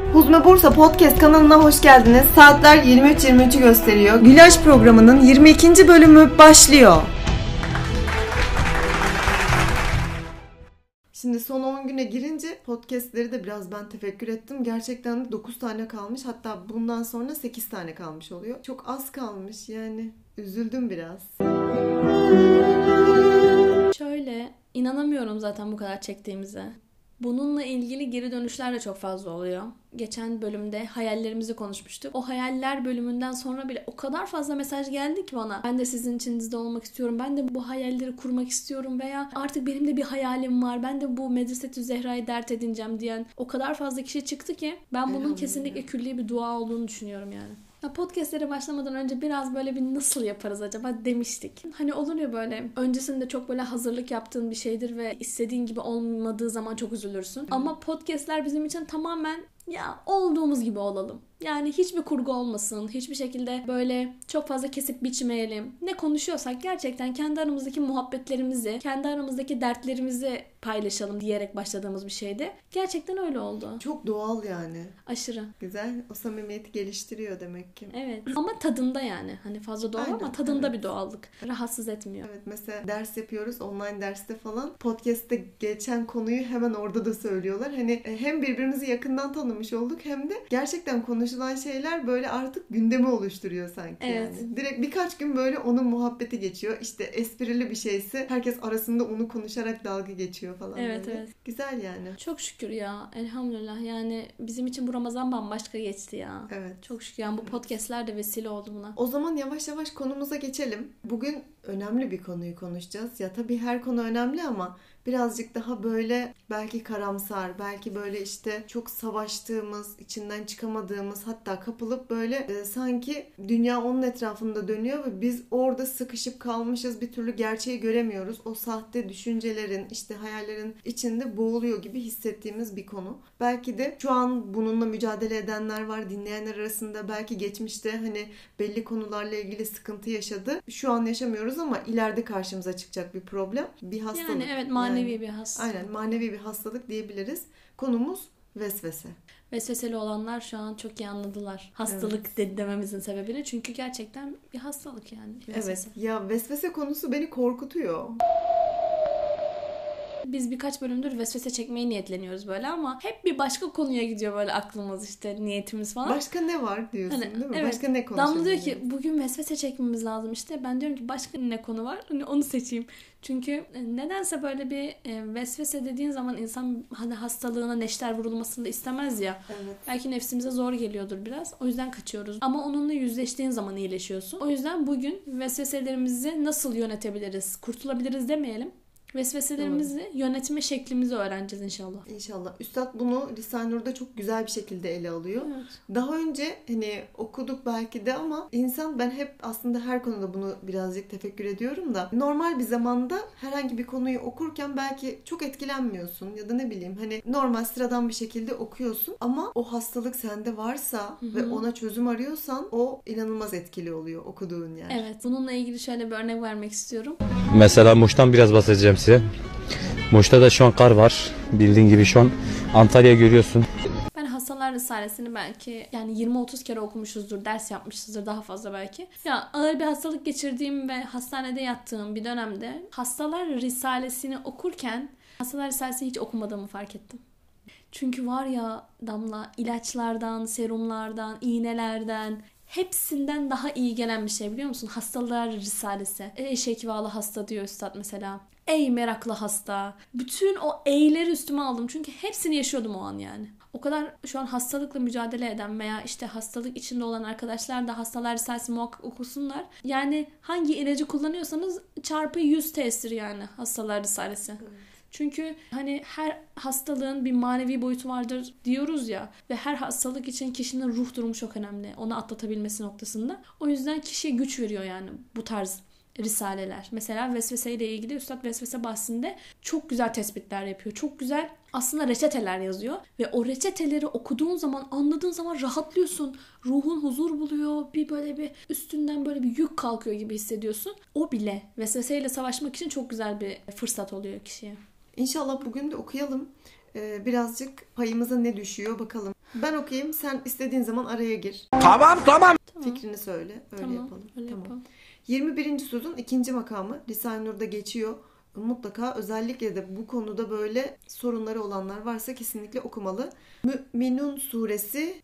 Huzme Bursa Podcast kanalına hoş geldiniz. Saatler 23.23'ü gösteriyor. Gülaç programının 22. bölümü başlıyor. Şimdi son 10 güne girince podcastleri de biraz ben tefekkür ettim. Gerçekten de 9 tane kalmış. Hatta bundan sonra 8 tane kalmış oluyor. Çok az kalmış yani. Üzüldüm biraz. Şöyle, inanamıyorum zaten bu kadar çektiğimize. Bununla ilgili geri dönüşler de çok fazla oluyor. Geçen bölümde hayallerimizi konuşmuştuk. O hayaller bölümünden sonra bile o kadar fazla mesaj geldi ki bana. Ben de sizin içinizde olmak istiyorum. Ben de bu hayalleri kurmak istiyorum veya artık benim de bir hayalim var. Ben de bu Medresetü Zehra'yı dert edineceğim diyen o kadar fazla kişi çıktı ki ben bunun kesinlikle külli bir dua olduğunu düşünüyorum yani. Podcastlere başlamadan önce biraz böyle bir nasıl yaparız acaba demiştik. Hani olur ya böyle öncesinde çok böyle hazırlık yaptığın bir şeydir ve istediğin gibi olmadığı zaman çok üzülürsün. Ama podcastler bizim için tamamen ya olduğumuz gibi olalım. Yani hiçbir kurgu olmasın, hiçbir şekilde böyle çok fazla kesip biçmeyelim. Ne konuşuyorsak gerçekten kendi aramızdaki muhabbetlerimizi, kendi aramızdaki dertlerimizi paylaşalım diyerek başladığımız bir şeydi. Gerçekten öyle oldu. Çok doğal yani. Aşırı. Güzel. O samimiyeti geliştiriyor demek ki. Evet. Ama tadında yani. Hani fazla doğal ama tadında bir doğallık. Rahatsız etmiyor. Evet, mesela ders yapıyoruz online derste falan. Podcast'te geçen konuyu hemen orada da söylüyorlar. Hani hem birbirimizi yakından tanımış olduk hem de gerçekten konuşulan şeyler böyle artık gündemi oluşturuyor sanki. Evet. Yani. Direkt birkaç gün böyle onun muhabbeti geçiyor. İşte esprili bir şeyse herkes arasında onu konuşarak dalga geçiyor falan. Evet, böyle. evet. Güzel yani. Çok şükür ya. Elhamdülillah. Yani bizim için bu Ramazan bambaşka geçti ya. Evet. Çok şükür. Yani bu podcastler de vesile oldu buna. O zaman yavaş yavaş konumuza geçelim. Bugün önemli bir konuyu konuşacağız. Ya tabii her konu önemli ama birazcık daha böyle belki karamsar, belki böyle işte çok savaştığımız, içinden çıkamadığımız, hatta kapılıp böyle sanki dünya onun etrafında dönüyor ve biz orada sıkışıp kalmışız, bir türlü gerçeği göremiyoruz. O sahte düşüncelerin, işte hayallerin içinde boğuluyor gibi hissettiğimiz bir konu. Belki de şu an bununla mücadele edenler var, dinleyenler arasında belki geçmişte hani belli konularla ilgili sıkıntı yaşadı. Şu an yaşamıyoruz ama ileride karşımıza çıkacak bir problem, bir hastalık. Yani evet, manevi bir hastalık. Aynen, manevi bir hastalık diyebiliriz. Konumuz vesvese. Vesveseli olanlar şu an çok iyi anladılar. Hastalık dememizin sebebini. Çünkü gerçekten bir hastalık yani. Vesvese. Evet. Ya vesvese konusu beni korkutuyor. Biz birkaç bölümdür vesvese çekmeyi niyetleniyoruz böyle ama hep bir başka konuya gidiyor böyle aklımız, işte niyetimiz falan. Başka ne var diyorsun, hani, değil mi? Evet. Başka ne konuşalım? Damla diyor ki bugün vesvese çekmemiz lazım işte. Ben diyorum ki başka ne konu var? Hani onu seçeyim. Çünkü nedense böyle bir vesvese dediğin zaman insan hani hastalığına neşter vurulmasını da istemez ya. Evet. Belki nefsimize zor geliyordur biraz. O yüzden kaçıyoruz. Ama onunla yüzleştiğin zaman iyileşiyorsun. O yüzden bugün vesveselerimizi nasıl yönetebiliriz, kurtulabiliriz demeyelim. Vesveselerimizi yönetme şeklimizi öğreneceğiz inşallah. İnşallah. Üstad bunu Risale-i Nur'da çok güzel bir şekilde ele alıyor. Evet. Daha önce hani okuduk belki de ama insan, ben hep aslında her konuda bunu birazcık tefekkür ediyorum da normal bir zamanda herhangi bir konuyu okurken belki çok etkilenmiyorsun ya da ne bileyim hani normal sıradan bir şekilde okuyorsun ama o hastalık sende varsa ve ona çözüm arıyorsan o inanılmaz etkili oluyor okuduğun yer. Evet. Bununla ilgili şöyle bir örnek vermek istiyorum. Mesela Muş'tan biraz bahsedeceğim size. Muş'ta da şu an kar var. Bildiğin gibi şu an Antalya görüyorsun. Ben Hastalar Risalesi'ni belki yani 20-30 kere okumuşuzdur, ders yapmışızdır daha fazla belki. Ya ağır bir hastalık geçirdiğim ve hastanede yattığım bir dönemde Hastalar Risalesi'ni okurken Hastalar Risalesi'ni hiç okumadığımı fark ettim. Çünkü var ya Damla, ilaçlardan, serumlardan, iğnelerden hepsinden daha iyi gelen bir şey biliyor musun? Hastalar Risalesi. Ey şekvalı hasta diyor üstad mesela. Ey meraklı hasta. Bütün o eyleri üstüme aldım. Çünkü hepsini yaşıyordum o an yani. O kadar şu an hastalıkla mücadele eden veya işte hastalık içinde olan arkadaşlar da Hastalar Risalesi muhakkak okusunlar. Yani hangi ilacı kullanıyorsanız çarpı 100 tesir yani Hastalar Risalesi. Evet. Çünkü hani her hastalığın bir manevi boyutu vardır diyoruz ya ve her hastalık için kişinin ruh durumu çok önemli. Onu atlatabilmesi noktasında. O yüzden kişiye güç veriyor yani bu tarz risaleler. Mesela vesvese ile ilgili Üstad vesvese bahsinde çok güzel tespitler yapıyor. Çok güzel aslında reçeteler yazıyor ve o reçeteleri okuduğun zaman, anladığın zaman rahatlıyorsun. Ruhun huzur buluyor. Bir böyle bir üstünden böyle bir yük kalkıyor gibi hissediyorsun. O bile vesveseyle savaşmak için çok güzel bir fırsat oluyor kişiye. İnşallah bugün de okuyalım. birazcık payımıza ne düşüyor bakalım. Ben okuyayım, sen istediğin zaman araya gir. Tamam. Fikrini söyle, öyle Tamam, yapalım. öyle Tamam. yapalım. 21. sözün 2. makamı Risale-i Nur'da geçiyor. Mutlaka özellikle de bu konuda böyle sorunları olanlar varsa kesinlikle okumalı. Mü'minun suresi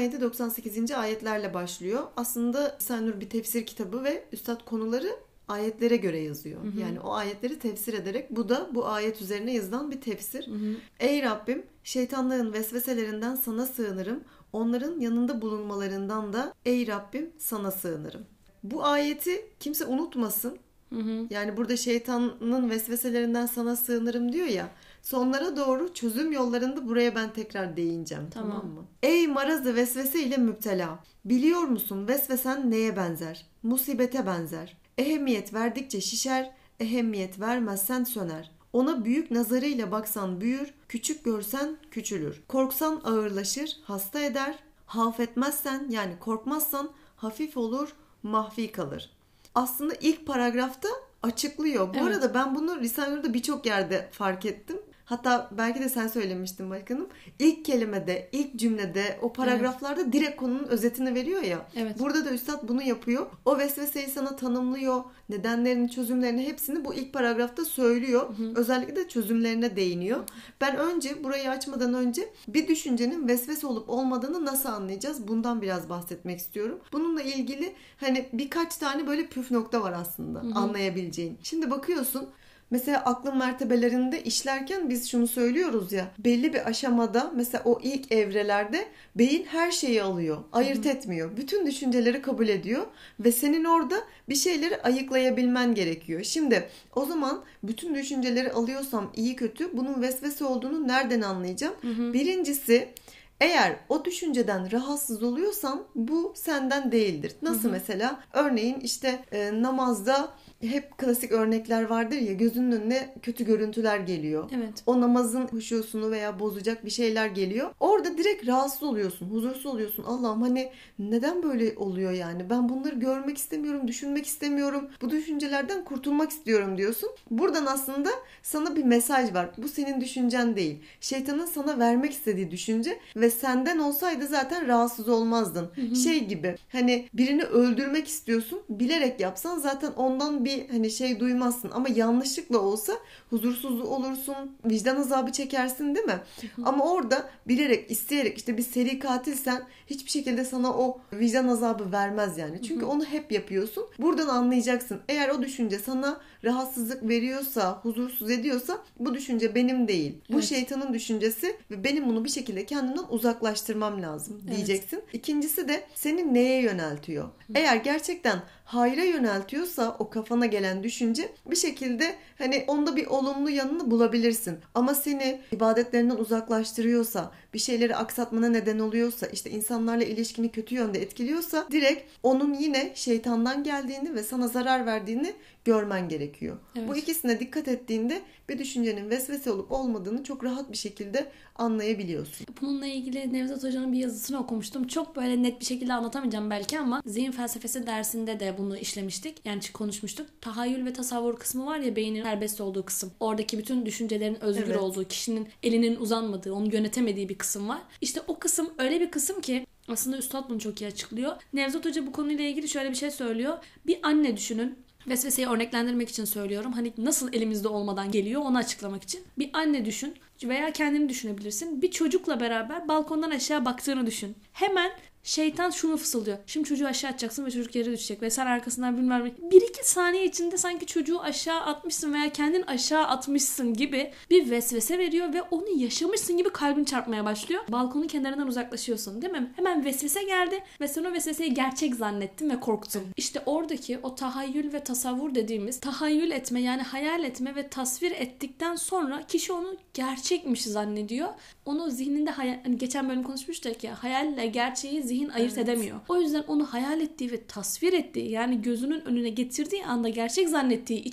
97-98. ayetlerle başlıyor. Aslında Risale-i Nur bir tefsir kitabı ve üstad konuları ayetlere göre yazıyor. Yani o ayetleri tefsir ederek, bu da bu ayet üzerine yazılan bir tefsir. Ey Rabbim, şeytanların vesveselerinden sana sığınırım. Onların yanında bulunmalarından da ey Rabbim sana sığınırım. Bu ayeti kimse unutmasın. Yani burada şeytanın vesveselerinden sana sığınırım diyor ya. Sonlara doğru çözüm yollarında buraya ben tekrar değineceğim. Tamam mı? Ey marazı vesvese ile müptela. Biliyor musun vesvesen neye benzer? Musibete benzer. Ehemmiyet verdikçe şişer, ehemmiyet vermezsen söner. Ona büyük nazarıyla baksan büyür, küçük görsen küçülür. Korksan ağırlaşır, hasta eder. Havf etmezsen, yani korkmazsan hafif olur, mahfi kalır. Aslında ilk paragrafta açıklıyor. Bu arada ben bunu Risale-i Nur'da birçok yerde fark ettim. Hatta belki de sen söylemiştin başkanım. İlk kelimede, ilk cümlede, o paragraflarda direkt konunun özetini veriyor ya. Evet. Burada da üstad bunu yapıyor. O vesveseyi sana tanımlıyor. Nedenlerini, çözümlerini hepsini bu ilk paragrafta söylüyor. Özellikle de çözümlerine değiniyor. Ben önce burayı açmadan önce bir düşüncenin vesvese olup olmadığını nasıl anlayacağız? Bundan biraz bahsetmek istiyorum. Bununla ilgili hani birkaç tane böyle püf nokta var aslında anlayabileceğin. Şimdi bakıyorsun. Mesela aklın mertebelerinde işlerken biz şunu söylüyoruz ya, belli bir aşamada mesela o ilk evrelerde beyin her şeyi alıyor, ayırt etmiyor. Bütün düşünceleri kabul ediyor ve senin orada bir şeyleri ayıklayabilmen gerekiyor. Şimdi o zaman bütün düşünceleri alıyorsam iyi kötü bunun vesvese olduğunu nereden anlayacağım? Birincisi, eğer o düşünceden rahatsız oluyorsan bu senden değildir. Nasıl mesela? Örneğin işte namazda hep klasik örnekler vardır ya, gözünün önüne kötü görüntüler geliyor. Evet. O namazın huşusunu veya bozacak bir şeyler geliyor. Orada direkt rahatsız oluyorsun, huzursuz oluyorsun. Allah'ım hani neden böyle oluyor yani? Ben bunları görmek istemiyorum, düşünmek istemiyorum. Bu düşüncelerden kurtulmak istiyorum diyorsun. Buradan aslında sana bir mesaj var. Bu senin düşüncen değil. Şeytanın sana vermek istediği düşünce ve senden olsaydı zaten rahatsız olmazdın. Şey gibi hani birini öldürmek istiyorsun. Bilerek yapsan zaten ondan bir hani şey duymazsın ama yanlışlıkla olsa huzursuz olursun, vicdan azabı çekersin değil mi? Ama orada bilerek, isteyerek işte bir seri katilsen hiçbir şekilde sana o vicdan azabı vermez yani. Çünkü onu hep yapıyorsun. Buradan anlayacaksın. Eğer o düşünce sana rahatsızlık veriyorsa, huzursuz ediyorsa bu düşünce benim değil. Bu şeytanın düşüncesi ve benim bunu bir şekilde kendimden uzaklaştırmam lazım diyeceksin. İkincisi de seni neye yöneltiyor? Eğer gerçekten hayra yöneltiyorsa o kafana gelen düşünce bir şekilde hani onda bir olumlu yanını bulabilirsin. Ama seni ibadetlerinden uzaklaştırıyorsa, bir şeyleri aksatmana neden oluyorsa, işte insanlarla ilişkini kötü yönde etkiliyorsa direkt onun yine şeytandan geldiğini ve sana zarar verdiğini görmen gerekiyor. Evet. Bu ikisine dikkat ettiğinde bir düşüncenin vesvese olup olmadığını çok rahat bir şekilde anlayabiliyorsun. Bununla ilgili Nevzat Hoca'nın bir yazısını okumuştum. Çok böyle net bir şekilde anlatamayacağım belki ama zihin felsefesi dersinde de bunu işlemiştik. Yani konuşmuştuk. Tahayyül ve tasavvur kısmı var ya, beynin serbest olduğu kısım. Oradaki bütün düşüncelerin özgür olduğu, kişinin elinin uzanmadığı, onu yönetemediği bir kısım var. İşte o kısım öyle bir kısım ki aslında Üstad bunu çok iyi açıklıyor. Nevzat Hoca bu konuyla ilgili şöyle bir şey söylüyor. Bir anne düşünün. Vesveseyi örneklendirmek için söylüyorum. Hani nasıl elimizde olmadan geliyor onu açıklamak için. Bir anne düşün veya kendini düşünebilirsin. Bir çocukla beraber balkondan aşağı baktığını düşün. Hemen şeytan şunu fısıldıyor. Şimdi çocuğu aşağı atacaksın ve çocuk yere düşecek ve sen arkasından bilmem ne. 1-2 saniye içinde sanki çocuğu aşağı atmışsın veya kendin aşağı atmışsın gibi bir vesvese veriyor ve onu yaşamışsın gibi kalbin çarpmaya başlıyor. Balkonun kenarından uzaklaşıyorsun değil mi? Hemen vesvese geldi ve sen o vesveseyi gerçek zannettin ve korktun. İşte oradaki o tahayyül ve tasavvur dediğimiz tahayyül etme, yani hayal etme ve tasvir ettikten sonra kişi onu gerçekmiş zannediyor. Onu zihninde hani geçen bölüm konuşmuştuk ya, hayalle gerçeği zihin ayırt edemiyor. O yüzden onu hayal ettiği ve tasvir ettiği, yani gözünün önüne getirdiği anda gerçek zannettiği için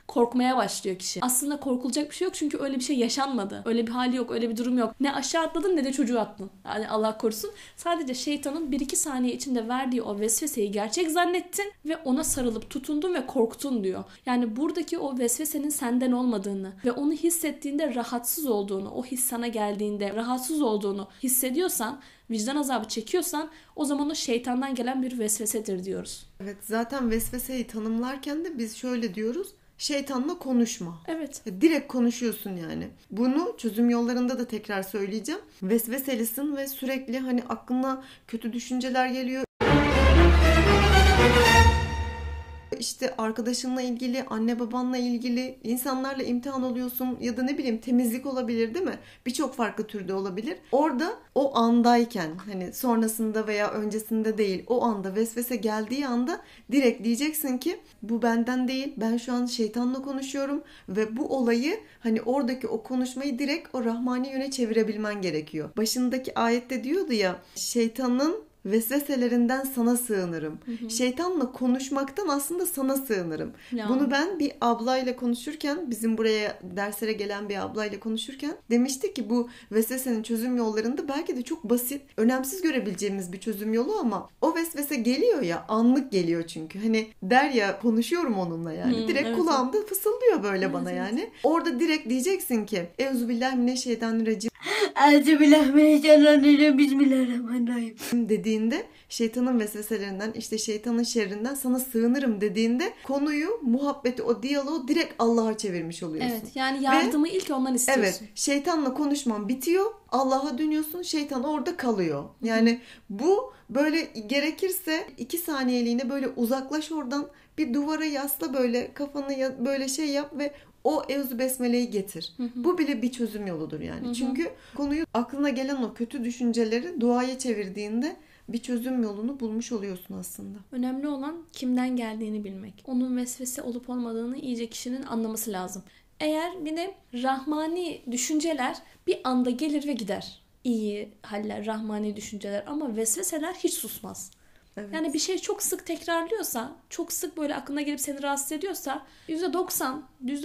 korkmaya başlıyor kişi. Aslında korkulacak bir şey yok çünkü öyle bir şey yaşanmadı. Öyle bir hali yok, öyle bir durum yok. Ne aşağı atladın ne de çocuğu attın. Yani Allah korusun. Sadece şeytanın 1-2 saniye içinde verdiği o vesveseyi gerçek zannettin ve ona sarılıp tutundun ve korktun diyor. Yani buradaki o vesvesenin senden olmadığını ve onu hissettiğinde rahatsız olduğunu, o his sana geldiğinde rahatsız olduğunu hissediyorsan, vicdan azabı çekiyorsan o zaman o şeytandan gelen bir vesvesedir diyoruz. Evet, zaten vesveseyi tanımlarken de biz şöyle diyoruz. Şeytanla konuşma. Evet. Direkt konuşuyorsun yani. Bunu çözüm yollarında da tekrar söyleyeceğim. Vesveselisin ve sürekli hani aklına kötü düşünceler geliyor. İşte arkadaşınla ilgili, anne babanla ilgili, insanlarla imtihan oluyorsun ya da ne bileyim temizlik olabilir değil mi? Birçok farklı türde olabilir. Orada o andayken hani sonrasında veya öncesinde değil, o anda vesvese geldiği anda direkt diyeceksin ki bu benden değil, ben şu an şeytanla konuşuyorum ve bu olayı hani oradaki o konuşmayı direkt o rahmani yöne çevirebilmen gerekiyor. Başındaki ayette diyordu ya, şeytanın vesveselerinden sana sığınırım. Şeytanla konuşmaktan aslında sana sığınırım. Ya. Bunu ben bir ablayla konuşurken, bizim buraya derslere gelen bir ablayla konuşurken demişti ki bu vesvesenin çözüm yollarında belki de çok basit, önemsiz görebileceğimiz bir çözüm yolu ama o vesvese geliyor ya, anlık geliyor çünkü. Hani der ya, konuşuyorum onunla yani. Direkt evet, kulağımda fısıldıyor böyle bana yani. Orada direkt diyeceksin ki Euzubillahimineşşeytanirracim Euzubillahimineşşeytanirracim. Bismillahirrahmanirrahim dediğinde, şeytanın vesveselerinden, işte şeytanın şerrinden sana sığınırım dediğinde konuyu, muhabbeti, o diyaloğu direkt Allah'a çevirmiş oluyorsun. Evet, yani yardımı ilk ondan istiyorsun. Evet, şeytanla konuşman bitiyor, Allah'a dönüyorsun, şeytan orada kalıyor. Yani bu böyle gerekirse 2 saniyeliğine böyle uzaklaş oradan, bir duvara yasla, böyle kafanı böyle şey yap ve o Evzu Besmele'yi getir. Bu bile bir çözüm yoludur yani. Çünkü konuyu, aklına gelen o kötü düşünceleri duaya çevirdiğinde bir çözüm yolunu bulmuş oluyorsun aslında. Önemli olan kimden geldiğini bilmek. Onun vesvese olup olmadığını iyice kişinin anlaması lazım. Eğer bir de rahmani düşünceler bir anda gelir ve gider. İyi haller, rahmani düşünceler, ama vesveseler hiç susmaz. Evet. Yani bir şey çok sık tekrarlıyorsa, çok sık böyle aklına gelip seni rahatsız ediyorsa %90,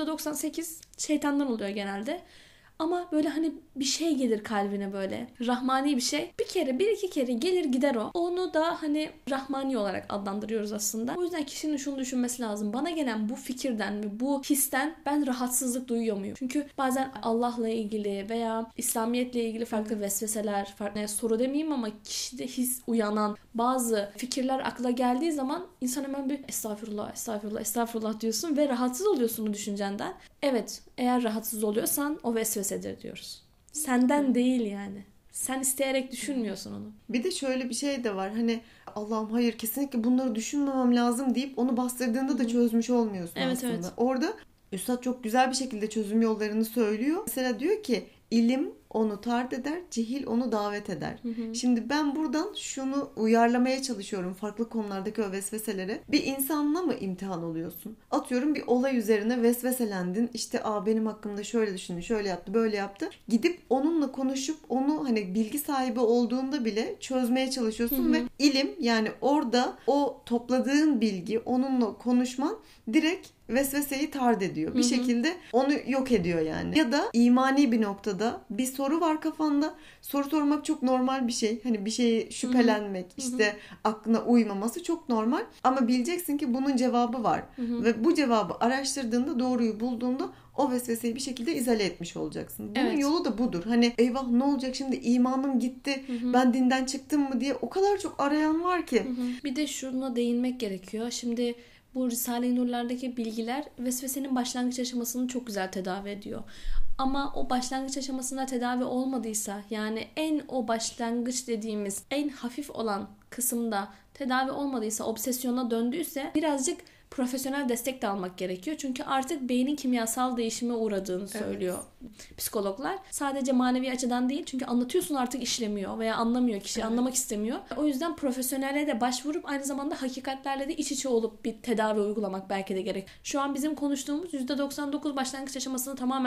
%98 şeytandan oluyor genelde. Ama böyle hani bir şey gelir kalbine, böyle rahmani bir şey. Bir kere, 1-2 kere gelir gider o. Onu da hani rahmani olarak adlandırıyoruz aslında. O yüzden kişinin şunu düşünmesi lazım. Bana gelen bu fikirden ve bu histen ben rahatsızlık duyuyor muyum? Çünkü bazen Allah'la ilgili veya İslamiyetle ilgili farklı vesveseler, farklı soru demeyeyim ama kişide his uyanan bazı fikirler akla geldiği zaman insan hemen bir estağfurullah, estağfurullah, estağfurullah diyorsun ve rahatsız oluyorsun o düşüncenden. Evet, eğer rahatsız oluyorsan o vesvesedir diyoruz. Senden değil yani. Sen isteyerek düşünmüyorsun onu. Bir de şöyle bir şey de var. Hani Allah'ım hayır, kesinlikle bunları düşünmemem lazım deyip onu bastırdığında da çözmüş olmuyorsun aslında. Evet. Orada Üstad çok güzel bir şekilde çözüm yollarını söylüyor. Mesela diyor ki ilim onu tard eder, cehil onu davet eder. Şimdi ben buradan şunu uyarlamaya çalışıyorum farklı konulardaki o vesveselere. Bir insanla mı imtihan oluyorsun? Atıyorum bir olay üzerine vesveselendin. İşte benim hakkımda şöyle düşündü, şöyle yaptı, böyle yaptı. Gidip onunla konuşup onu hani bilgi sahibi olduğunda bile çözmeye çalışıyorsun ve ilim, yani orada o topladığın bilgi, onunla konuşman direkt vesveseyi tard ediyor. Bir şekilde onu yok ediyor yani. Ya da imani bir noktada bir soru var kafanda. Soru sormak çok normal bir şey. Hani bir şeyi şüphelenmek, işte aklına uymaması çok normal. Ama bileceksin ki bunun cevabı var. Ve bu cevabı araştırdığında, doğruyu bulduğunda o vesveseyi bir şekilde izale etmiş olacaksın. Bunun yolu da budur. Hani eyvah ne olacak şimdi, imanım gitti, ben dinden çıktım mı diye o kadar çok arayan var ki. Bir de şuna değinmek gerekiyor. Şimdi bu Risale-i Nur'lardaki bilgiler vesvesenin başlangıç aşamasını çok güzel tedavi ediyor. Ama o başlangıç aşamasında tedavi olmadıysa, yani o başlangıç dediğimiz en hafif olan kısımda tedavi olmadıysa, obsesyona döndüyse birazcık profesyonel destek de almak gerekiyor. Çünkü artık beynin kimyasal değişime uğradığını söylüyor psikologlar. Sadece manevi açıdan değil, çünkü anlatıyorsun artık işlemiyor veya anlamıyor kişi, anlamak istemiyor. O yüzden profesyonelle de başvurup aynı zamanda hakikatlerle de iç içe olup bir tedavi uygulamak belki de gerek. Şu an bizim konuştuğumuz %99 başlangıç aşamasını tamamen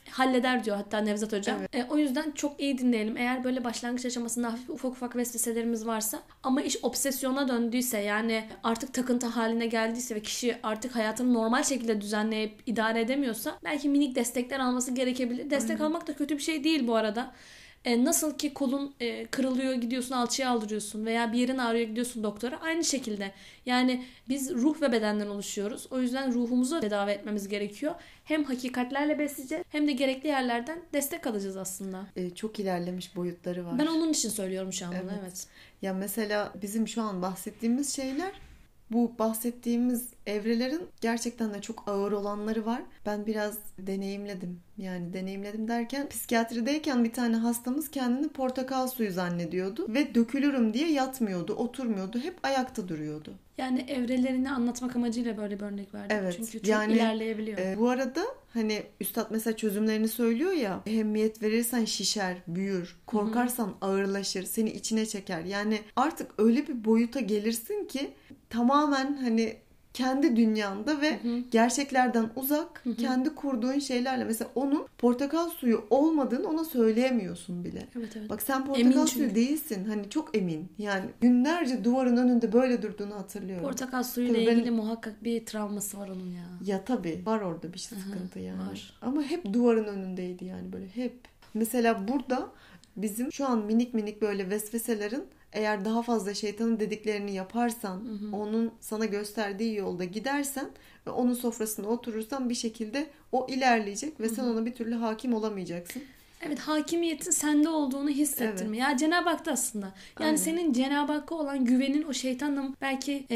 halleder diyor hatta Nevzat Hocam. Evet. O yüzden çok iyi dinleyelim. Eğer böyle başlangıç aşamasında hafif ufak ufak vesveselerimiz varsa ama iş obsesyona döndüyse, yani artık takıntı haline geldiyse ve kişi artık hayatını normal şekilde düzenleyip idare edemiyorsa belki minik destekler alması gerekebilir. Destek almak da kötü bir şey değil bu arada. Nasıl ki kolun kırılıyor, gidiyorsun alçıya aldırıyorsun veya bir yerin ağrıyor, gidiyorsun doktora, aynı şekilde. Yani biz ruh ve bedenden oluşuyoruz. O yüzden ruhumuzu tedavi etmemiz gerekiyor. Hem hakikatlerle besleyeceğiz hem de gerekli yerlerden destek alacağız aslında. Çok ilerlemiş boyutları var. Ben onun için söylüyorum şu an bunu. Evet. Ya mesela bizim şu an bahsettiğimiz şeyler, bu bahsettiğimiz evrelerin gerçekten de çok ağır olanları var. Ben biraz deneyimledim. Yani deneyimledim derken, psikiyatrideyken bir tane hastamız kendini portakal suyu zannediyordu ve dökülürüm diye yatmıyordu, oturmuyordu, hep ayakta duruyordu. Yani evrelerini anlatmak amacıyla böyle bir örnek verdim. Evet. Çünkü çok Yani, ilerleyebiliyor. Bu arada hani üstad mesela çözümlerini söylüyor ya, ehemmiyet verirsen şişer, büyür, korkarsan ağırlaşır, seni içine çeker. Yani artık öyle bir boyuta gelirsin ki tamamen hani kendi dünyanda ve gerçeklerden uzak, kendi kurduğun şeylerle. Mesela onun portakal suyu olmadığını ona söyleyemiyorsun bile. Evet. Bak sen portakal suyu değilsin. Hani çok emin. Yani günlerce duvarın önünde böyle durduğunu hatırlıyorum. Portakal suyuyla ilgili muhakkak bir travması var onun ya. Ya tabii var orada bir sıkıntı yani. Var. Ama hep duvarın önündeydi yani, böyle hep. Mesela burada bizim şu an minik minik böyle vesveselerin, eğer daha fazla şeytanın dediklerini yaparsan, onun sana gösterdiği yolda gidersen ve onun sofrasına oturursan bir şekilde o ilerleyecek ve sen ona bir türlü hakim olamayacaksın. Evet, hakimiyetin sende olduğunu hissettirme. Evet. Ya Cenab-ı Hak'ta aslında. Yani aynen, senin Cenab-ı Hakk'a olan güvenin o şeytanla belki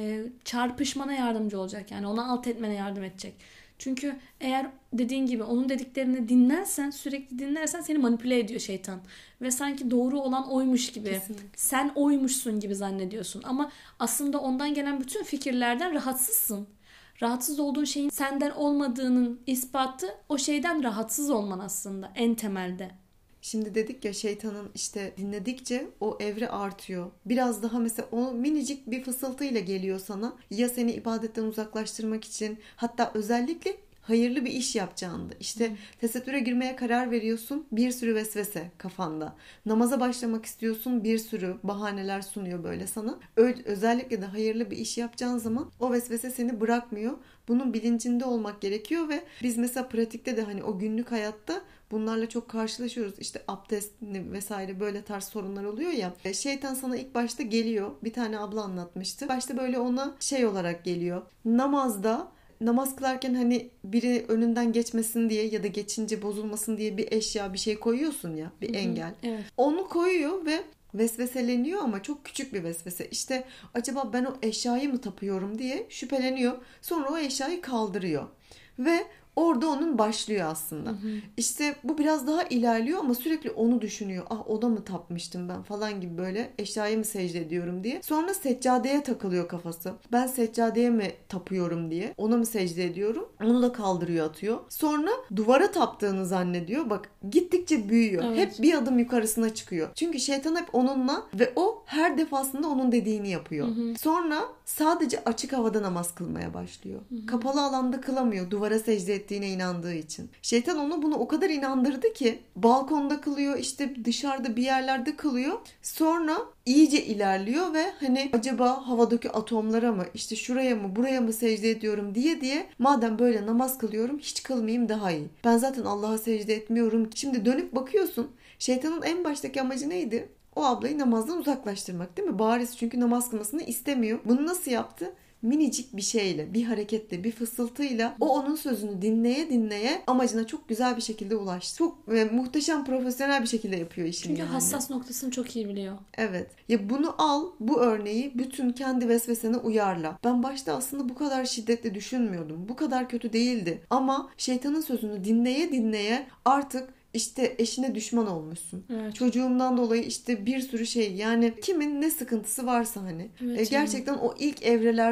çarpışmana yardımcı olacak. Yani onu alt etmene yardım edecek. Çünkü eğer dediğin gibi onun dediklerini dinlersen, sürekli dinlersen seni manipüle ediyor şeytan. Ve sanki doğru olan oymuş gibi, kesinlikle, sen oymuşsun gibi zannediyorsun. Ama aslında ondan gelen bütün fikirlerden rahatsızsın. Rahatsız olduğun şeyin senden olmadığının ispatı o şeyden rahatsız olman aslında en temelde. Şimdi dedik ya, şeytanın işte dinledikçe o evre artıyor. Biraz daha mesela o minicik bir fısıltıyla geliyor sana. Ya seni ibadetten uzaklaştırmak için, hatta özellikle hayırlı bir iş yapacağında. İşte tesettüre girmeye karar veriyorsun, bir sürü vesvese kafanda. Namaza başlamak istiyorsun, bir sürü bahaneler sunuyor böyle sana. Özellikle de hayırlı bir iş yapacağın zaman o vesvese seni bırakmıyor. Bunun bilincinde olmak gerekiyor ve biz mesela pratikte de hani o günlük hayatta bunlarla çok karşılaşıyoruz. İşte abdest vesaire böyle tarz sorunlar oluyor ya. Şeytan sana ilk başta geliyor. Bir tane abla anlatmıştı. Başta böyle ona şey olarak geliyor. Namaz kılarken hani biri önünden geçmesin diye ya da geçince bozulmasın diye bir eşya, bir şey koyuyorsun ya, bir engel. Evet. Onu koyuyor ve vesveseleniyor ama çok küçük bir vesvese. İşte acaba ben o eşyayı mı tapıyorum diye şüpheleniyor. Sonra o eşyayı kaldırıyor. Ve orada onun başlıyor aslında. İşte bu biraz daha ilerliyor ama sürekli onu düşünüyor. Ah, ona mı tapmıştım ben falan gibi, böyle eşyaya mı secde ediyorum diye. Sonra seccadeye takılıyor kafası. Ben seccadeye mi tapıyorum diye. Ona mı secde ediyorum? Onu da kaldırıyor, atıyor. Sonra duvara taptığını zannediyor. Bak gittikçe büyüyor. Evet. Hep bir adım yukarısına çıkıyor. Çünkü şeytan hep onunla ve o her defasında onun dediğini yapıyor. Sonra sadece açık havada namaz kılmaya başlıyor. Kapalı alanda kılamıyor. Duvara secde ettiğine inandığı için. Şeytan onu buna o kadar inandırdı ki balkonda kılıyor, işte dışarıda bir yerlerde kılıyor. Sonra iyice ilerliyor ve hani acaba havadaki atomlara mı, işte şuraya mı, buraya mı secde ediyorum diye madem böyle namaz kılıyorum hiç kılmayayım daha iyi. Ben zaten Allah'a secde etmiyorum. Şimdi dönüp bakıyorsun, şeytanın en baştaki amacı neydi? O ablayı namazdan uzaklaştırmak, değil mi? Bariz, çünkü namaz kılmasını istemiyor. Bunu nasıl yaptı? Minicik bir şeyle, bir hareketle, bir fısıltıyla o onun sözünü dinleye amacına çok güzel bir şekilde ulaştı. Çok muhteşem, profesyonel bir şekilde yapıyor işini. Çünkü yani hassas noktasını çok iyi biliyor. Evet. Ya bunu al, bu örneği bütün kendi vesvesene uyarla. Ben başta aslında bu kadar şiddetli düşünmüyordum. Bu kadar kötü değildi. Ama şeytanın sözünü dinleye artık İşte eşine düşman olmuşsun. Evet. Çocuğumdan dolayı işte bir sürü şey, yani kimin ne sıkıntısı varsa hani. Evet, gerçekten o ilk evrelerde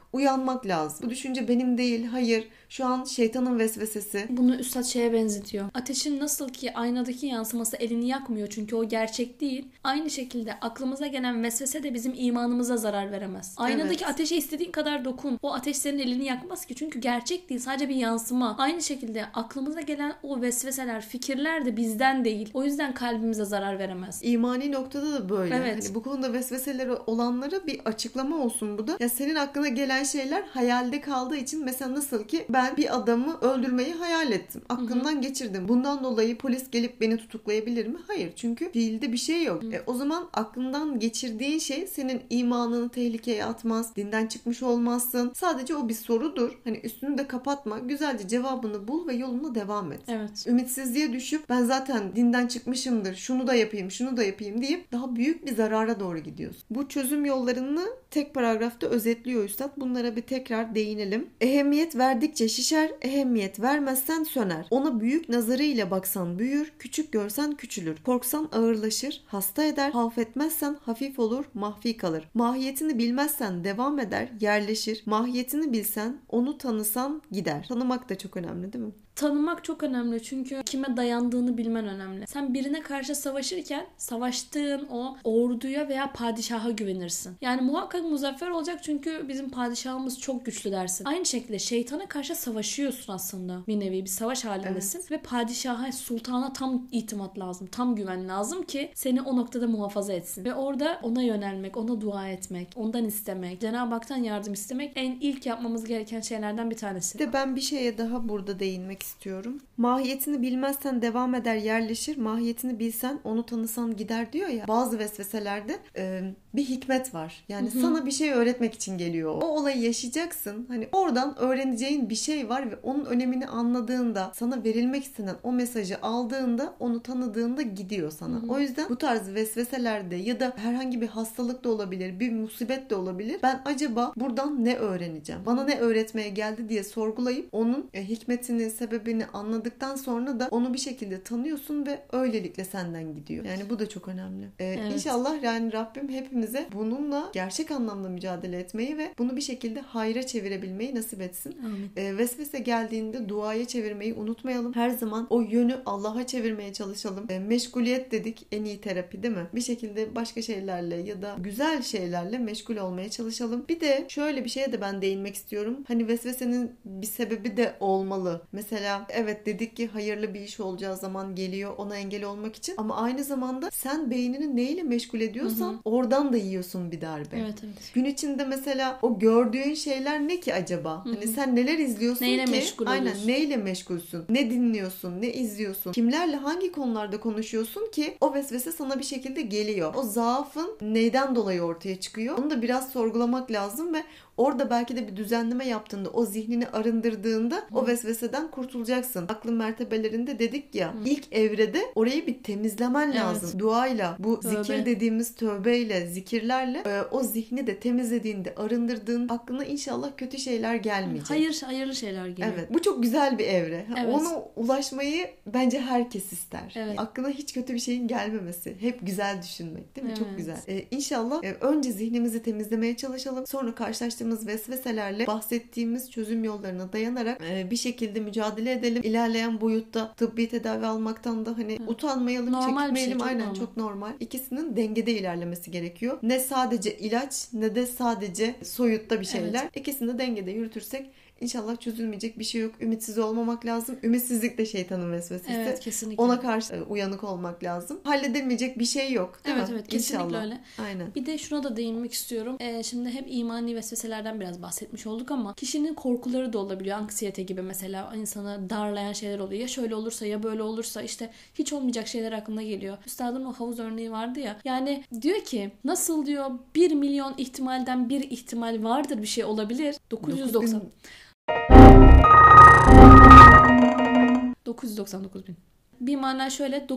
uyanmak lazım. Bu düşünce benim değil, hayır, şu an şeytanın vesvesesi. Bunu Üstad şeye benzetiyor. Ateşin nasıl ki aynadaki yansıması elini yakmıyor çünkü o gerçek değil. Aynı şekilde aklımıza gelen vesvese de bizim imanımıza zarar veremez. Aynadaki ateşe istediğin kadar dokun. O ateş senin elini yakmaz ki çünkü gerçek değil. Sadece bir yansıma. Aynı şekilde aklımıza gelen o vesveseler, fikirler de bizden değil. O yüzden kalbimize zarar veremez. İmani noktada da böyle. Evet. Hani bu konuda vesveseleri olanlara bir açıklama olsun bu da. Ya senin aklına gelen şeyler hayalde kaldığı için, mesela nasıl ki ben bir adamı öldürmeyi hayal ettim. Aklımdan geçirdim. Bundan dolayı polis gelip beni tutuklayabilir mi? Hayır. Çünkü fiilde bir şey yok. O zaman aklından geçirdiğin şey senin imanını tehlikeye atmaz. Dinden çıkmış olmazsın. Sadece o bir sorudur. Hani üstünü de kapatma. Güzelce cevabını bul ve yoluna devam et. Evet. Ümitsizliğe düşüp ben zaten dinden çıkmışımdır, şunu da yapayım, şunu da yapayım deyip daha büyük bir zarara doğru gidiyorsun. Bu çözüm yollarını tek paragrafta özetliyor Üstad. Bunlara bir tekrar değinelim. Ehemmiyet verdikçe şişer, ehemmiyet vermezsen söner. Ona büyük nazarıyla baksan büyür, küçük görsen küçülür. Korksan ağırlaşır, hasta eder, havf etmezsen hafif olur, mahfi kalır. Mahiyetini bilmezsen devam eder, yerleşir. Mahiyetini bilsen, onu tanısan gider. Tanımak da çok önemli değil mi? Tanımak çok önemli çünkü kime dayandığını bilmen önemli. Sen birine karşı savaşırken savaştığın o orduya veya padişaha güvenirsin. Yani muhakkak muzaffer olacak çünkü bizim padişahımız çok güçlü dersin. Aynı şekilde şeytana karşı savaşıyorsun aslında. Bir nevi bir savaş halindesin. Evet. Ve padişaha, sultana tam itimat lazım. Tam güven lazım ki seni o noktada muhafaza etsin. Ve orada ona yönelmek, ona dua etmek, ondan istemek, Cenab-ı Hak'tan yardım istemek en ilk yapmamız gereken şeylerden bir tanesi. Bir de ben bir şeye daha burada değinmek istiyorum. Mahiyetini bilmezsen devam eder, yerleşir. Mahiyetini bilsen, onu tanısan gider diyor ya. Bazı vesveselerde bir hikmet var. Yani sana bir şey öğretmek için geliyor. O olayı yaşayacaksın. Hani oradan öğreneceğin bir şey var ve onun önemini anladığında, sana verilmek istenen o mesajı aldığında, onu tanıdığında gidiyor sana. O yüzden bu tarz vesveselerde ya da herhangi bir hastalık da olabilir, bir musibet de olabilir. Ben acaba buradan ne öğreneceğim? Bana ne öğretmeye geldi diye sorgulayıp onun hikmetini, sebebini anladıktan sonra da onu bir şekilde tanıyorsun ve öylelikle senden gidiyor. Yani bu da çok önemli. Evet. İnşallah yani Rabbim hepimize bununla gerçek anlamda mücadele etmeyi ve bunu bir şekilde hayra çevirebilmeyi nasip etsin. Vesvese geldiğinde duaya çevirmeyi unutmayalım. Her zaman o yönü Allah'a çevirmeye çalışalım. Meşguliyet dedik, en iyi terapi değil mi? Bir şekilde başka şeylerle ya da güzel şeylerle meşgul olmaya çalışalım. Bir de şöyle bir şeye de ben değinmek istiyorum. Hani vesvesenin bir sebebi de olmalı. Mesela evet dedik ki hayırlı bir iş olacağı zaman geliyor ona engel olmak için, ama aynı zamanda sen beynini neyle meşgul ediyorsan oradan da yiyorsun bir darbe. Evet. Gün içinde mesela o gördüğün şeyler ne ki acaba? Hani sen neler izliyorsun neyle ki? Meşgul Aynen, oluyorsun? neyle meşgulsün? Ne dinliyorsun? Ne izliyorsun? Kimlerle hangi konularda konuşuyorsun ki o vesvese sana bir şekilde geliyor? O zaafın neyden dolayı ortaya çıkıyor? Onu da biraz sorgulamak lazım ve orada belki de bir düzenleme yaptığında, o zihnini arındırdığında o vesveseden kurtulacaksın. Aklın mertebelerinde dedik ya, ilk evrede orayı bir temizlemen lazım. Duayla, bu zikir dediğimiz tövbeyle, zikirlerle o zihni de temizlediğinde, arındırdığın aklına inşallah kötü şeyler gelmeyecek. Hayırlı şeyler geliyor. Evet. Bu çok güzel bir evre. Evet. Ona ulaşmayı bence herkes ister. Evet. Aklına hiç kötü bir şeyin gelmemesi. Hep güzel düşünmek değil mi? Evet. Çok güzel. İnşallah önce zihnimizi temizlemeye çalışalım. Sonra karşılaştığımız vesveselerle bahsettiğimiz çözüm yollarına dayanarak bir şekilde mücadele edelim. İlerleyen boyutta tıbbi tedavi almaktan da hani utanmayalım, normal çekinmeyelim. Bir şey, Aynen, çok normal. İkisinin dengede ilerlemesi gerekiyor. Ne sadece ilaç ne de sadece soyutta bir şeyler. Evet. İkisini de dengede yürütürsek İnşallah çözülmeyecek bir şey yok. Ümitsiz olmamak lazım. Ümitsizlik de şeytanın vesvesesi. Evet, kesinlikle. Ona karşı uyanık olmak lazım. Halledilmeyecek bir şey yok. Değil mi? Evet, kesinlikle İnşallah. öyle. Aynen. Bir de şuna da değinmek istiyorum. Şimdi hep imani vesveselerden biraz bahsetmiş olduk ama kişinin korkuları da olabiliyor. Anksiyete gibi mesela insanı darlayan şeyler oluyor. Ya şöyle olursa ya böyle olursa, işte hiç olmayacak şeyler aklına geliyor. Üstadın o havuz örneği vardı ya. Yani diyor ki nasıl diyor 1 milyon ihtimalden bir ihtimal vardır, bir şey olabilir. 999 bin. Bir mana şöyle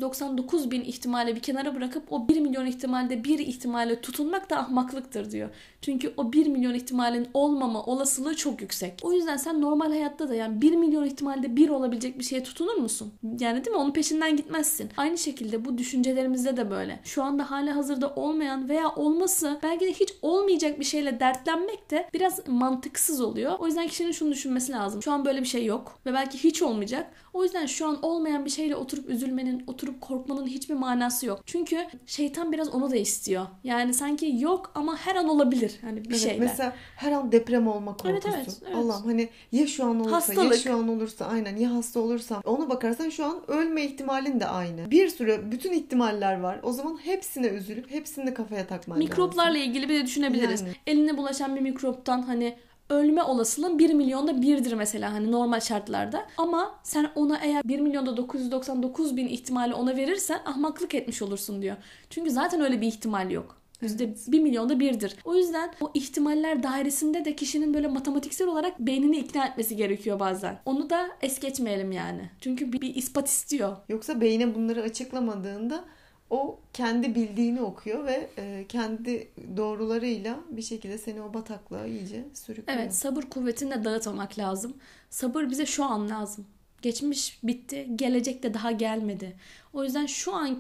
999 bin ihtimali bir kenara bırakıp o 1 milyon ihtimalde bir ihtimale tutunmak da ahmaklıktır diyor. Çünkü o 1 milyon ihtimalin olmama olasılığı çok yüksek. O yüzden sen normal hayatta da yani 1 milyon ihtimalde bir olabilecek bir şeye tutunur musun? Yani değil mi? Onun peşinden gitmezsin. Aynı şekilde bu düşüncelerimizde de böyle. Şu anda hala hazırda olmayan veya olması belki de hiç olmayacak bir şeyle dertlenmek de biraz mantıksız oluyor. O yüzden kişinin şunu düşünmesi lazım. Şu an böyle bir şey yok ve belki hiç olmayacak. O yüzden şu an olmayan bir şeyle oturup üzülmenin, oturup korkmanın hiçbir manası yok. Çünkü şeytan biraz onu da istiyor. Yani sanki yok ama her an olabilir. Hani bir şeyler. Mesela her an deprem olma korkusu. Evet. Allah'ım hani ya şu an olursa Hastalık. ya şu an olursa aynen ya hasta olursam. Ona bakarsan şu an ölme ihtimalin de aynı. Bir sürü bütün ihtimaller var. O zaman hepsine üzülüp hepsini de kafaya takman lazım. Mikroplarla ilgili bir de düşünebiliriz. Yani. Eline bulaşan bir mikroptan hani ölme olasılığın 1 milyonda 1'dir mesela hani normal şartlarda. Ama sen ona eğer 1 milyonda 999 bin ihtimali ona verirsen ahmaklık etmiş olursun diyor. Çünkü zaten öyle bir ihtimal yok. %1 milyonda 1'dir. O yüzden o ihtimaller dairesinde de kişinin böyle matematiksel olarak beynini ikna etmesi gerekiyor bazen. Onu da es geçmeyelim yani. Çünkü bir ispat istiyor. Yoksa beyne bunları açıklamadığında o kendi bildiğini okuyor ve kendi doğrularıyla bir şekilde seni o bataklığa iyice sürüklüyor. Evet, sabır kuvvetini de dağıtmamak lazım. Sabır bize şu an lazım. Geçmiş bitti, gelecek de daha gelmedi. O yüzden şu an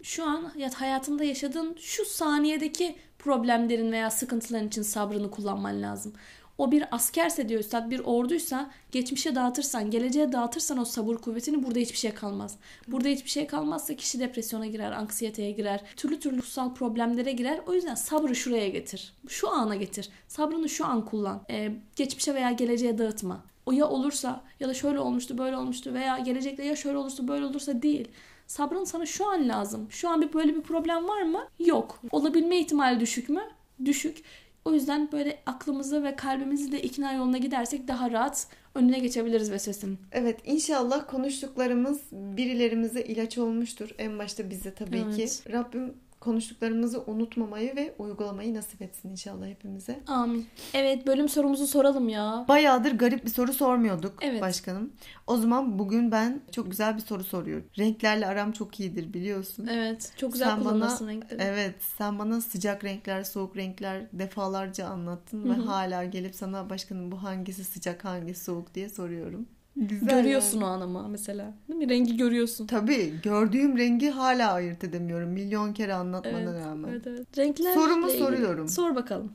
hayatında yaşadığın şu saniyedeki problemlerin veya sıkıntıların için sabrını kullanman lazım. O bir askerse diyor üstad, bir orduysa geçmişe dağıtırsan, geleceğe dağıtırsan o sabır kuvvetini burada hiçbir şey kalmaz. Burada hiçbir şey kalmazsa kişi depresyona girer, anksiyeteye girer, türlü ruhsal problemlere girer. O yüzden sabrı şuraya getir. Şu ana getir. Sabrını şu an kullan. Geçmişe veya geleceğe dağıtma. O ya olursa ya da şöyle olmuştu, böyle olmuştu veya gelecekte ya şöyle olursa, böyle olursa değil. Sabrın sana şu an lazım. Şu an böyle bir problem var mı? Yok. Olabilme ihtimali düşük mü? Düşük. O yüzden böyle aklımızı ve kalbimizi de ikna yoluna gidersek daha rahat önüne geçebiliriz vesvesenin. Evet, inşallah konuştuklarımız birilerimize ilaç olmuştur. En başta bize tabii ki. Rabbim konuştuklarımızı unutmamayı ve uygulamayı nasip etsin inşallah hepimize. Amin. Evet, bölüm sorumuzu soralım ya. Bayağıdır garip bir soru sormuyorduk Evet. başkanım. O zaman bugün ben çok güzel bir soru soruyorum. Renklerle aram çok iyidir biliyorsun. Evet, çok güzel kullanırsın renkleri. Evet, sen bana sıcak renkler, soğuk renkler defalarca anlattın ve hala gelip sana başkanım bu hangisi sıcak, hangisi soğuk diye soruyorum. Güzel Görüyorsun yani. o an ama mesela. Değil mi? Rengi görüyorsun. Tabii, gördüğüm rengi hala ayırt edemiyorum. Milyon kere anlatmana rağmen. Evet. Renklerle Sorumu ilgili. soruyorum. Sor bakalım.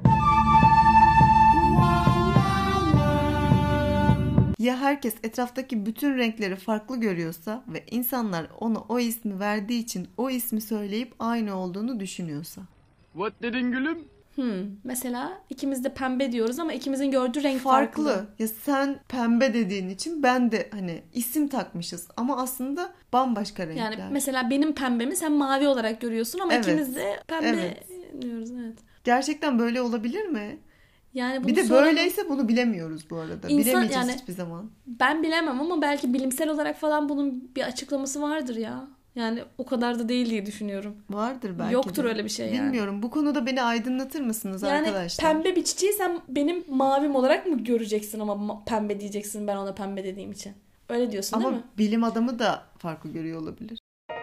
Ya herkes etraftaki bütün renkleri farklı görüyorsa ve insanlar ona o ismi verdiği için o ismi söyleyip aynı olduğunu düşünüyorsa? What dedin gülüm? Mesela ikimiz de pembe diyoruz ama ikimizin gördüğü renk farklı. Ya sen pembe dediğin için ben de hani isim takmışız ama aslında bambaşka renkler. Yani mesela benim pembemi sen mavi olarak görüyorsun ama Evet. ikimiz de pembe Evet. diyoruz. Evet. Gerçekten böyle olabilir mi? Yani Bir de böyleyse bunu bilemiyoruz bu arada. Bilemeyeceğiz yani hiçbir zaman. ben bilemem ama belki bilimsel olarak falan bunun bir açıklaması vardır ya. Yani o kadar da değil diye düşünüyorum. Vardır belki Yoktur de. öyle bir şey yani. Bilmiyorum. Bu konuda beni aydınlatır mısınız Yani arkadaşlar? pembe bir çiçeği sen benim mavim olarak mı göreceksin ama pembe diyeceksin ben ona pembe dediğim için. Öyle diyorsun Ama değil mi? bilim adamı da farklı görüyor olabilir.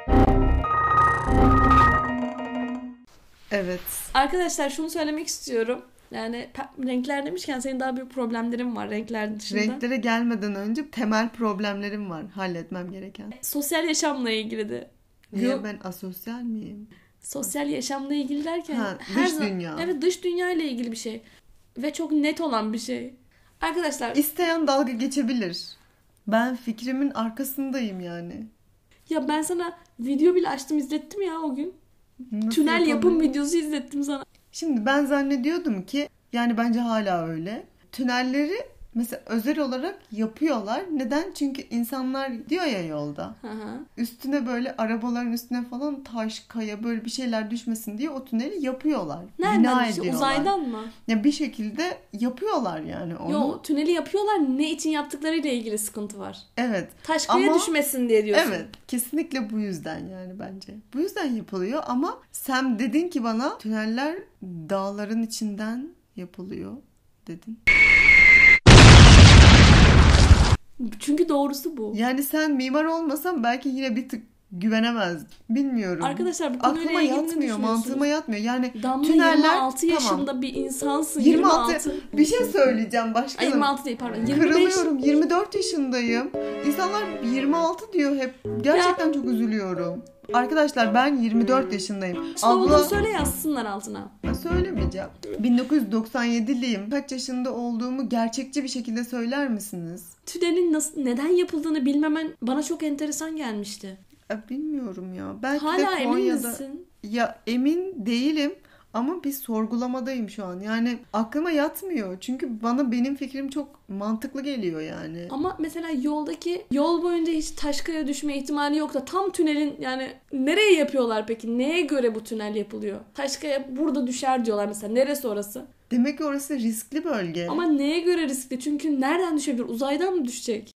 Evet. Arkadaşlar şunu söylemek istiyorum. Yani renkler demişken senin daha büyük problemlerin var renkler dışında. Renklere gelmeden önce temel problemlerim var halletmem gereken. Sosyal yaşamla ilgili de. Niye ben asosyal miyim? Sosyal yaşamla ilgili derken dış dünya. Evet, dış dünya ile ilgili bir şey. Ve çok net olan bir şey. Arkadaşlar İsteyen dalga geçebilir. Ben fikrimin arkasındayım yani. ya ben sana video bile açtım izlettim ya o gün. Nasıl Tünel yapım yapabilirim? videosu izlettim sana. Şimdi ben zannediyordum ki yani bence hala öyle. Tünelleri mesela özel olarak yapıyorlar. Neden? Çünkü insanlar diyor ya yolda. Hı hı. Üstüne böyle arabaların üstüne falan taş, kaya böyle bir şeyler düşmesin diye o tüneli yapıyorlar. Bina Nereden işte, ediyorlar. uzaydan mı? Ya bir şekilde yapıyorlar yani onu. Yo, tüneli yapıyorlar, ne için yaptıklarıyla ilgili sıkıntı var. Evet. Taş kaya Ama- düşmesin diye diyorsun. Evet. Kesinlikle bu yüzden yani bence. Bu yüzden yapılıyor ama sen dedin ki bana tüneller dağların içinden yapılıyor dedin. Çünkü doğrusu bu. Yani sen mimar olmasan belki yine bir tık güvenemezdim. Bilmiyorum. Arkadaşlar bu konuyla aklıma ilgili ne yatmıyor, düşünüyorsunuz? mantığıma yatmıyor. Yani Damla tüneller 26 yaşında tamam. bir insansın. 26. Bir şey söyleyeceğim başkanım. 26 değil pardon. 25. Kırılıyorum. 24 yaşındayım. İnsanlar 26 diyor hep. Gerçekten çok üzülüyorum. Arkadaşlar ben 24 yaşındayım. İşte olduğunu söyle yazsınlar altına. Söylemeyeceğim. 1997'liyim. Kaç yaşında olduğumu gerçekçi bir şekilde söyler misiniz? Tünelin neden yapıldığını bilmemen bana çok enteresan gelmişti. Bilmiyorum ya. Belki Hala de emin Konya'da... misin? Ya emin değilim. Ama bir sorgulamadayım şu an. Yani aklıma yatmıyor. Çünkü benim fikrim çok mantıklı geliyor yani. Ama mesela yol boyunca hiç taşkaya düşme ihtimali yok da tam tünelin yani nereye yapıyorlar peki? Neye göre bu tünel yapılıyor? Taşkaya burada düşer diyorlar mesela. Neresi orası? Demek ki orası riskli bölge. Ama neye göre riskli? Çünkü nereden düşebilir? Uzaydan mı düşecek?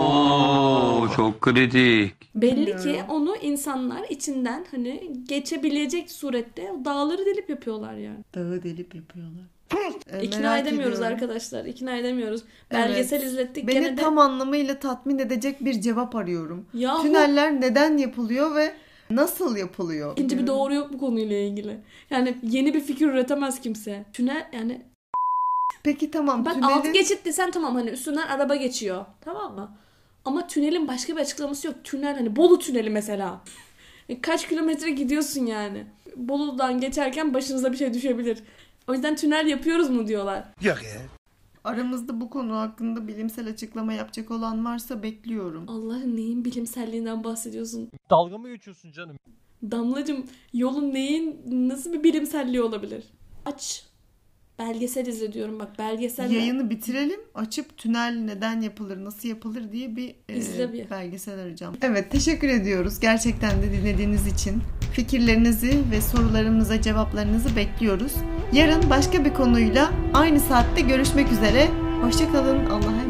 Çok kritik. Belli ki onu insanlar içinden hani geçebilecek surette dağları delip yapıyorlar yani. Dağı delip yapıyorlar. İkna edemiyoruz ediyorum. arkadaşlar. İkna edemiyoruz. Belgesel izlettik Beni gene de. tam anlamıyla tatmin edecek bir cevap arıyorum. Yahu. Tüneller neden yapılıyor ve nasıl yapılıyor? İkinci bir doğru yok bu konuyla ilgili. Yani yeni bir fikir üretemez kimse. Tünel yani. Peki tamam. Bak tünelin... altı geçit desen tamam hani üstünden araba geçiyor. Tamam mı? Ama tünelin başka bir açıklaması yok. Tünel hani Bolu tüneli mesela. Kaç kilometre gidiyorsun yani. Bolu'dan geçerken başınıza bir şey düşebilir. O yüzden tünel yapıyoruz mu diyorlar. Yok ya. Aramızda bu konu hakkında bilimsel açıklama yapacak olan varsa bekliyorum. Allah'ım neyin bilimselliğinden bahsediyorsun? Dalga mı geçiyorsun canım? Damlacığım yolun nasıl bir bilimselliği olabilir? Aç. Belgesel izle diyorum bak belgesel. Yayını bitirelim. Açıp tünel neden yapılır, nasıl yapılır diye bir İzle bir. belgesel arayacağım. Evet, teşekkür ediyoruz. Gerçekten de dinlediğiniz için. Fikirlerinizi ve sorularımıza cevaplarınızı bekliyoruz. Yarın başka bir konuyla aynı saatte görüşmek üzere. Hoşça kalın. Allah'a